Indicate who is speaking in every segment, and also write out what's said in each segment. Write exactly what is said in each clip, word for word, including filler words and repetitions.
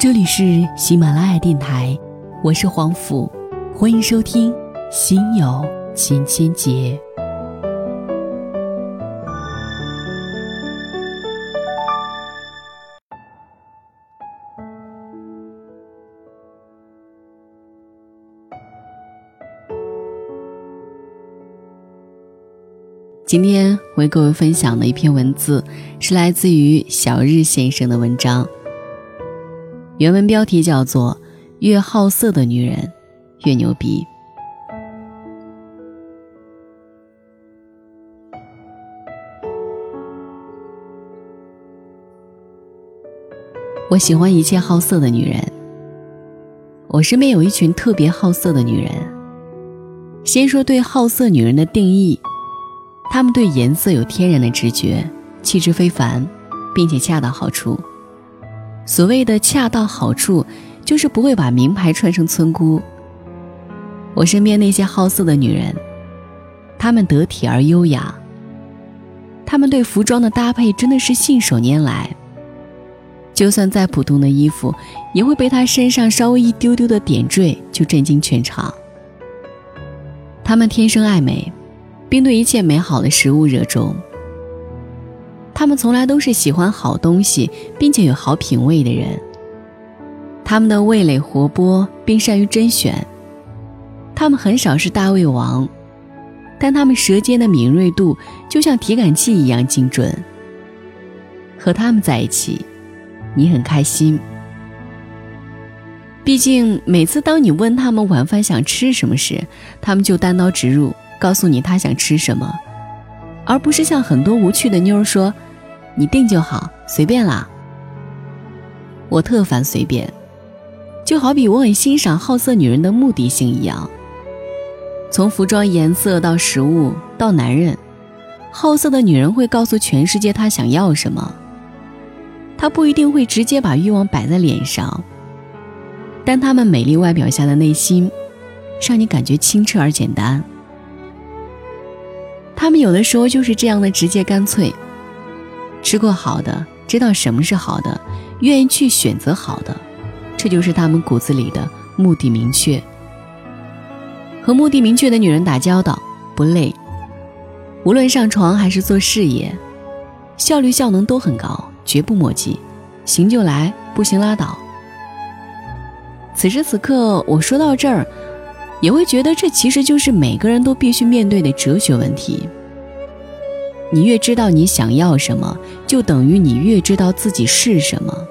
Speaker 1: 这里是喜马拉雅电台，我是黄甫，欢迎收听心有千千结。今天为各位分享的一篇文字是来自于小日先生的文章，原文标题叫做越好色的女人越牛逼。我喜欢一切好色的女人。我身边有一群特别好色的女人。先说对好色女人的定义，她们对颜色有天然的直觉，气质非凡，并且恰到好处。所谓的恰到好处，就是不会把名牌穿成村姑。我身边那些好色的女人，她们得体而优雅，她们对服装的搭配真的是信手拈来，就算再普通的衣服，也会被她身上稍微一丢丢的点缀就震惊全场。她们天生爱美，并对一切美好的食物热衷。他们从来都是喜欢好东西并且有好品味的人。他们的味蕾活泼并善于甄选。他们很少是大胃王，但他们舌尖的敏锐度就像体感器一样精准。和他们在一起，你很开心。毕竟每次当你问他们晚饭想吃什么时，他们就单刀直入告诉你他想吃什么，而不是像很多无趣的妞说你定就好，随便啦。我特烦随便，就好比我很欣赏好色女人的目的性一样。从服装颜色到食物到男人，好色的女人会告诉全世界她想要什么。她不一定会直接把欲望摆在脸上，但她们美丽外表下的内心让你感觉清澈而简单。他们有的时候就是这样的直接干脆，吃过好的，知道什么是好的，愿意去选择好的，这就是他们骨子里的目的明确。和目的明确的女人打交道不累，无论上床还是做事业，效率效能都很高，绝不墨迹，行就来，不行拉倒。此时此刻我说到这儿，也会觉得这其实就是每个人都必须面对的哲学问题。你越知道你想要什么，就等于你越知道自己是什么。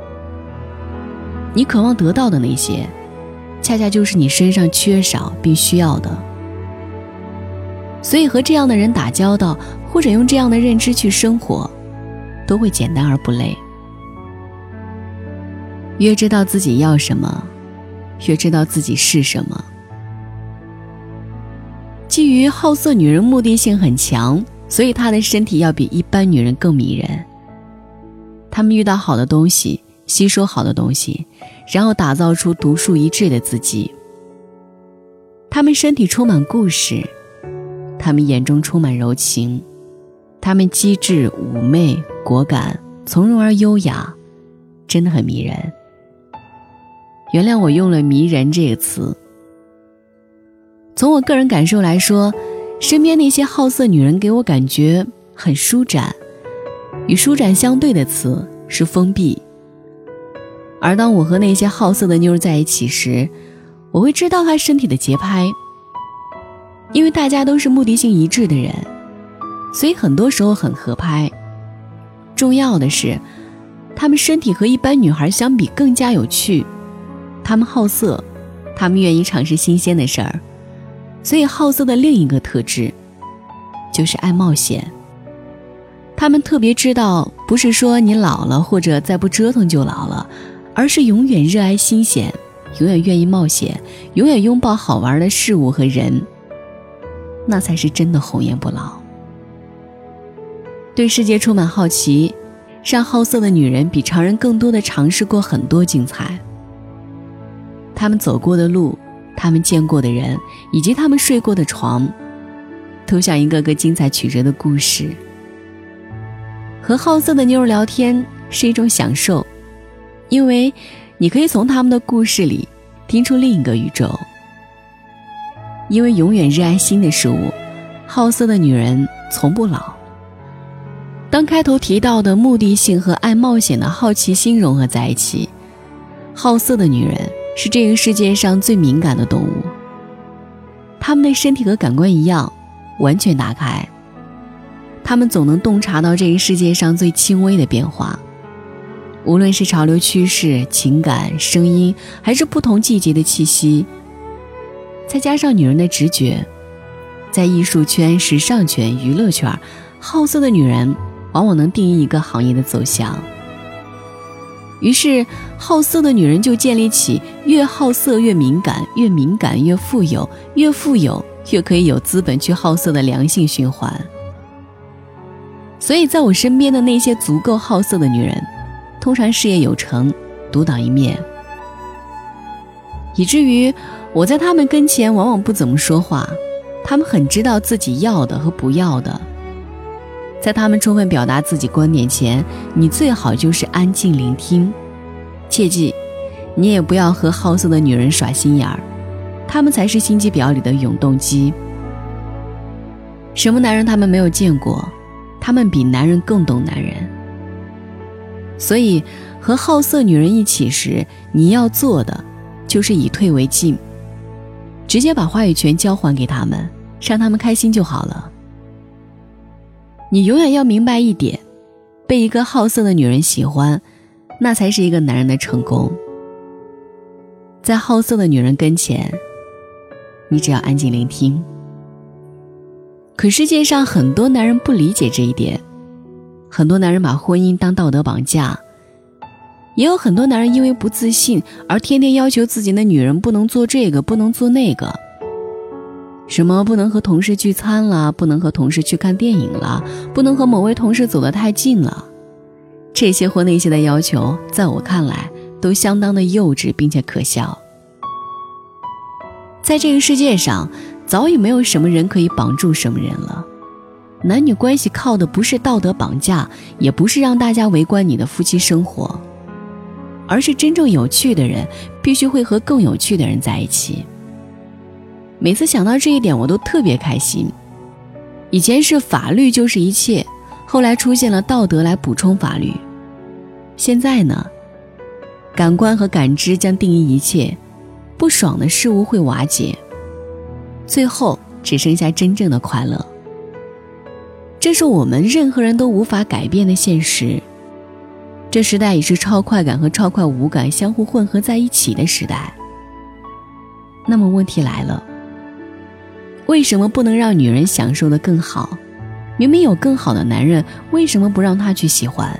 Speaker 1: 你渴望得到的那些，恰恰就是你身上缺少并需要的。所以和这样的人打交道，或者用这样的认知去生活，都会简单而不累。越知道自己要什么，越知道自己是什么。基于好色女人目的性很强，所以她的身体要比一般女人更迷人。她们遇到好的东西，吸收好的东西，然后打造出独树一帜的自己。她们身体充满故事，她们眼中充满柔情，她们机智妩媚果敢，从容而优雅，真的很迷人。原谅我用了迷人这个词。从我个人感受来说，身边那些好色女人给我感觉很舒展，与舒展相对的词是封闭。而当我和那些好色的妞在一起时，我会知道她身体的节拍。因为大家都是目的性一致的人，所以很多时候很合拍。重要的是，她们身体和一般女孩相比更加有趣。她们好色，她们愿意尝试新鲜的事儿。所以好色的另一个特质就是爱冒险。他们特别知道，不是说你老了或者再不折腾就老了，而是永远热爱新鲜，永远愿意冒险，永远拥抱好玩的事物和人，那才是真的红颜不老。对世界充满好奇，让好色的女人比常人更多的尝试过很多精彩。她们走过的路，他们见过的人，以及他们睡过的床，都像一个个精彩曲折的故事。和好色的妞儿聊天是一种享受，因为你可以从他们的故事里听出另一个宇宙。因为永远热爱新的事物，好色的女人从不老。当开头提到的目的性和爱冒险的好奇心融合在一起，好色的女人是这个世界上最敏感的动物。她们的身体和感官一样，完全打开。她们总能洞察到这个世界上最轻微的变化，无论是潮流趋势、情感、声音，还是不同季节的气息。再加上女人的直觉，在艺术圈、时尚圈、娱乐圈，好色的女人往往能定义一个行业的走向。于是好色的女人就建立起越好色越敏感，越敏感越富有，越富有越可以有资本去好色的良性循环。所以在我身边的那些足够好色的女人，通常事业有成，独当一面，以至于我在她们跟前往往不怎么说话。她们很知道自己要的和不要的，在她们充分表达自己观点前，你最好就是安静聆听。切记，你也不要和好色的女人耍心眼儿，她们才是心机婊里的永动机。什么男人她们没有见过，她们比男人更懂男人。所以和好色女人一起时，你要做的就是以退为进，直接把话语权交还给他们，让他们开心就好了。你永远要明白一点，被一个好色的女人喜欢，那才是一个男人的成功。在好色的女人跟前，你只要安静聆听。可世界上很多男人不理解这一点，很多男人把婚姻当道德绑架，也有很多男人因为不自信而天天要求自己的女人不能做这个，不能做那个。什么不能和同事聚餐了，不能和同事去看电影了，不能和某位同事走得太近了。这些或那些的要求，在我看来都相当的幼稚并且可笑。在这个世界上，早已没有什么人可以绑住什么人了。男女关系靠的不是道德绑架，也不是让大家围观你的夫妻生活，而是真正有趣的人必须会和更有趣的人在一起。每次想到这一点，我都特别开心。以前是法律就是一切，后来出现了道德来补充法律。现在呢，感官和感知将定义一切，不爽的事物会瓦解，最后只剩下真正的快乐。这是我们任何人都无法改变的现实。这时代已是超快感和超快无感相互混合在一起的时代。那么问题来了，为什么不能让女人享受得更好？明明有更好的男人，为什么不让他去喜欢？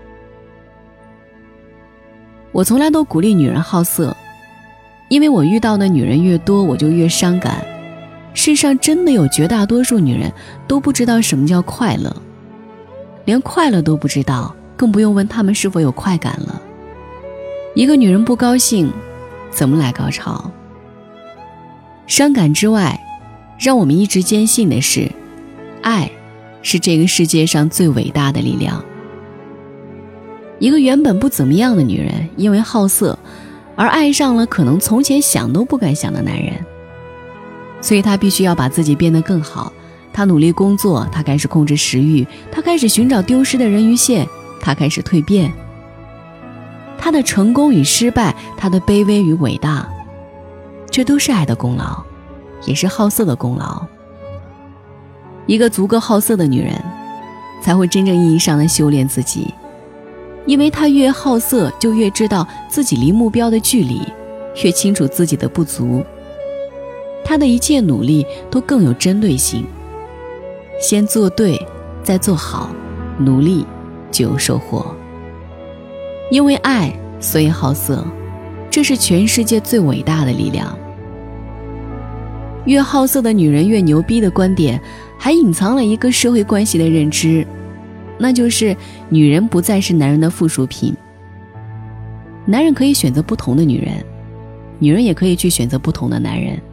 Speaker 1: 我从来都鼓励女人好色，因为我遇到的女人越多，我就越伤感。世上真的有绝大多数女人都不知道什么叫快乐，连快乐都不知道，更不用问她们是否有快感了。一个女人不高兴，怎么来高潮？伤感之外，让我们一直坚信的是，爱是这个世界上最伟大的力量。一个原本不怎么样的女人，因为好色而爱上了可能从前想都不敢想的男人，所以她必须要把自己变得更好。她努力工作，她开始控制食欲，她开始寻找丢失的人鱼线，她开始蜕变。她的成功与失败，她的卑微与伟大，这都是爱的功劳，也是好色的功劳。一个足够好色的女人，才会真正意义上的修炼自己，因为她越好色，就越知道自己离目标的距离，越清楚自己的不足。她的一切努力都更有针对性，先做对，再做好，努力就有收获。因为爱，所以好色，这是全世界最伟大的力量。越好色的女人越牛逼的观点，还隐藏了一个社会关系的认知，那就是女人不再是男人的附属品。男人可以选择不同的女人，女人也可以去选择不同的男人。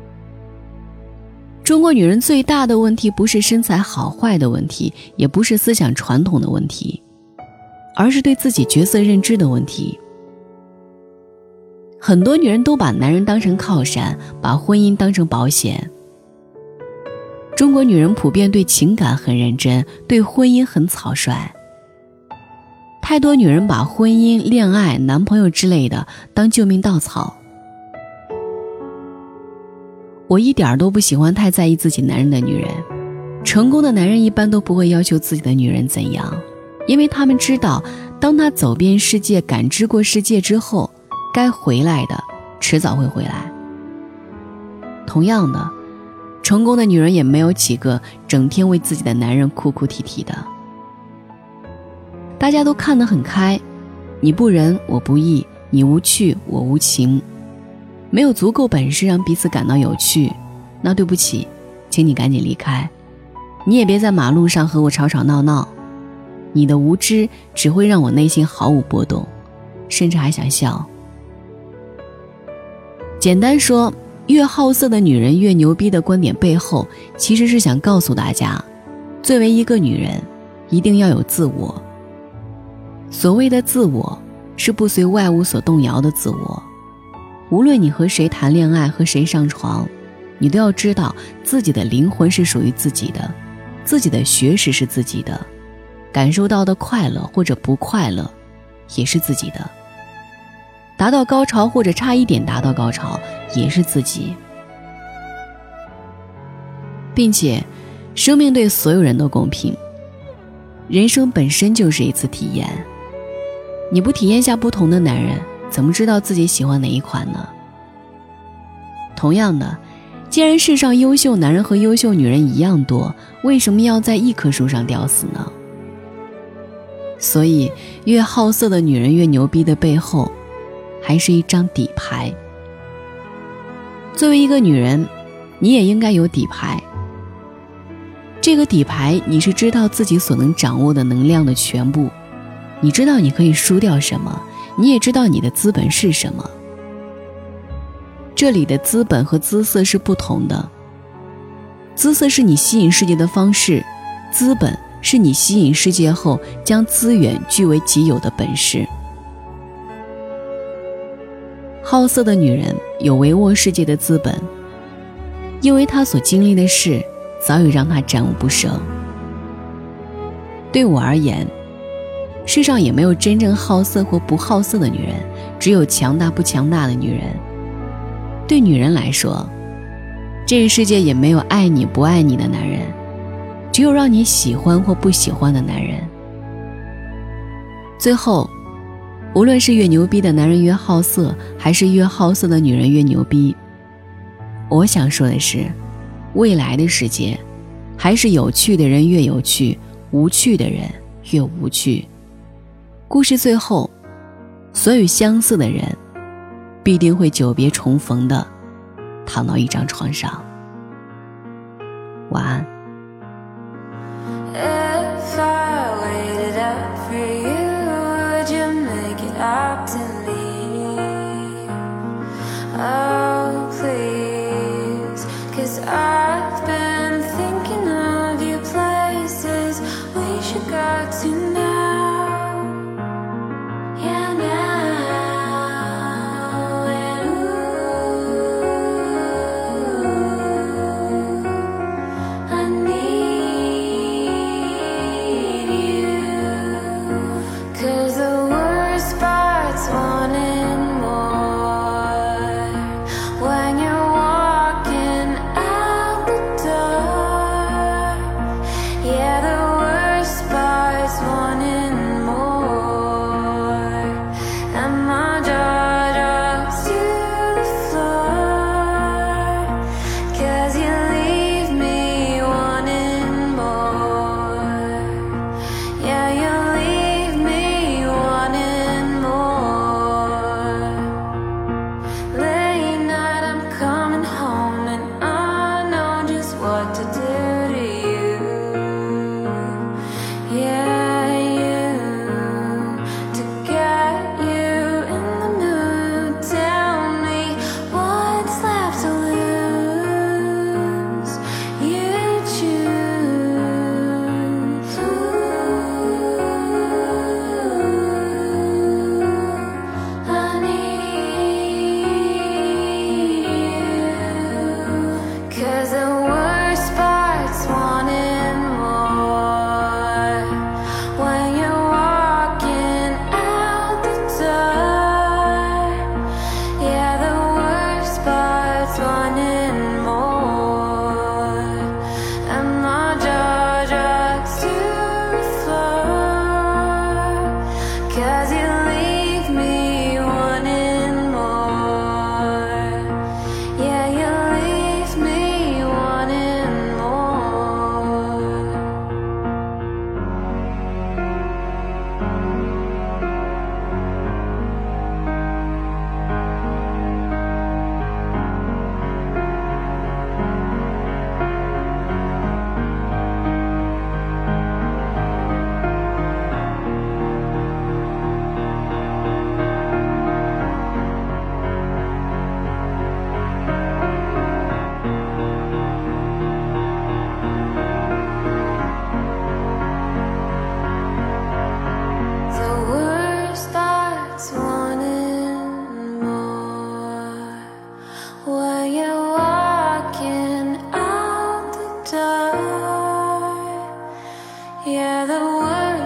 Speaker 1: 中国女人最大的问题不是身材好坏的问题，也不是思想传统的问题，而是对自己角色认知的问题。 很多女人都把男人当成靠山，把婚姻当成保险。中国女人普遍对情感很认真，对婚姻很草率。太多女人把婚姻、恋爱、男朋友之类的当救命稻草。我一点都不喜欢太在意自己男人的女人。成功的男人一般都不会要求自己的女人怎样，因为他们知道，当他走遍世界、感知过世界之后，该回来的迟早会回来。同样的，成功的女人也没有几个整天为自己的男人哭哭啼啼的。大家都看得很开，你不仁我不义，你无趣我无情，没有足够本事让彼此感到有趣，那对不起，请你赶紧离开。你也别在马路上和我吵吵闹闹，你的无知只会让我内心毫无波动，甚至还想笑。简单说，越好色的女人越牛逼的观点背后，其实是想告诉大家，作为一个女人，一定要有自我。所谓的自我，是不随外物所动摇的自我。无论你和谁谈恋爱，和谁上床，你都要知道自己的灵魂是属于自己的，自己的学识是自己的，感受到的快乐或者不快乐也是自己的，达到高潮或者差一点达到高潮也是自己。并且生命对所有人都公平，人生本身就是一次体验，你不体验下不同的男人，怎么知道自己喜欢哪一款呢？同样的，既然世上优秀男人和优秀女人一样多，为什么要在一棵树上吊死呢？所以越好色的女人越牛逼的背后，还是一张底牌。作为一个女人，你也应该有底牌。这个底牌，你是知道自己所能掌握的能量的全部，你知道你可以输掉什么，你也知道你的资本是什么。这里的资本和姿色是不同的，姿色是你吸引世界的方式，资本是你吸引世界后将资源据为己有的本事。好色的女人有帷幄世界的资本，因为她所经历的事早已让她战无不胜。对我而言，世上也没有真正好色或不好色的女人，只有强大不强大的女人。对女人来说，这个世界也没有爱你不爱你的男人，只有让你喜欢或不喜欢的男人。最后，无论是越牛逼的男人越好色，还是越好色的女人越牛逼，我想说的是，未来的世界，还是有趣的人越有趣，无趣的人越无趣。故事最后，所有相似的人必定会久别重逢的躺到一张床上。晚安。
Speaker 2: If I waited up for you, would you make it up to me? Oh please, 'cause I've been thinking of you, places we should go to now. Yeah, now, and ooh, I need you, 'cause the worst part's wanting more. When you're walking out the door, yeah, the worst part's wanting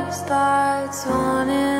Speaker 2: worst parts wanting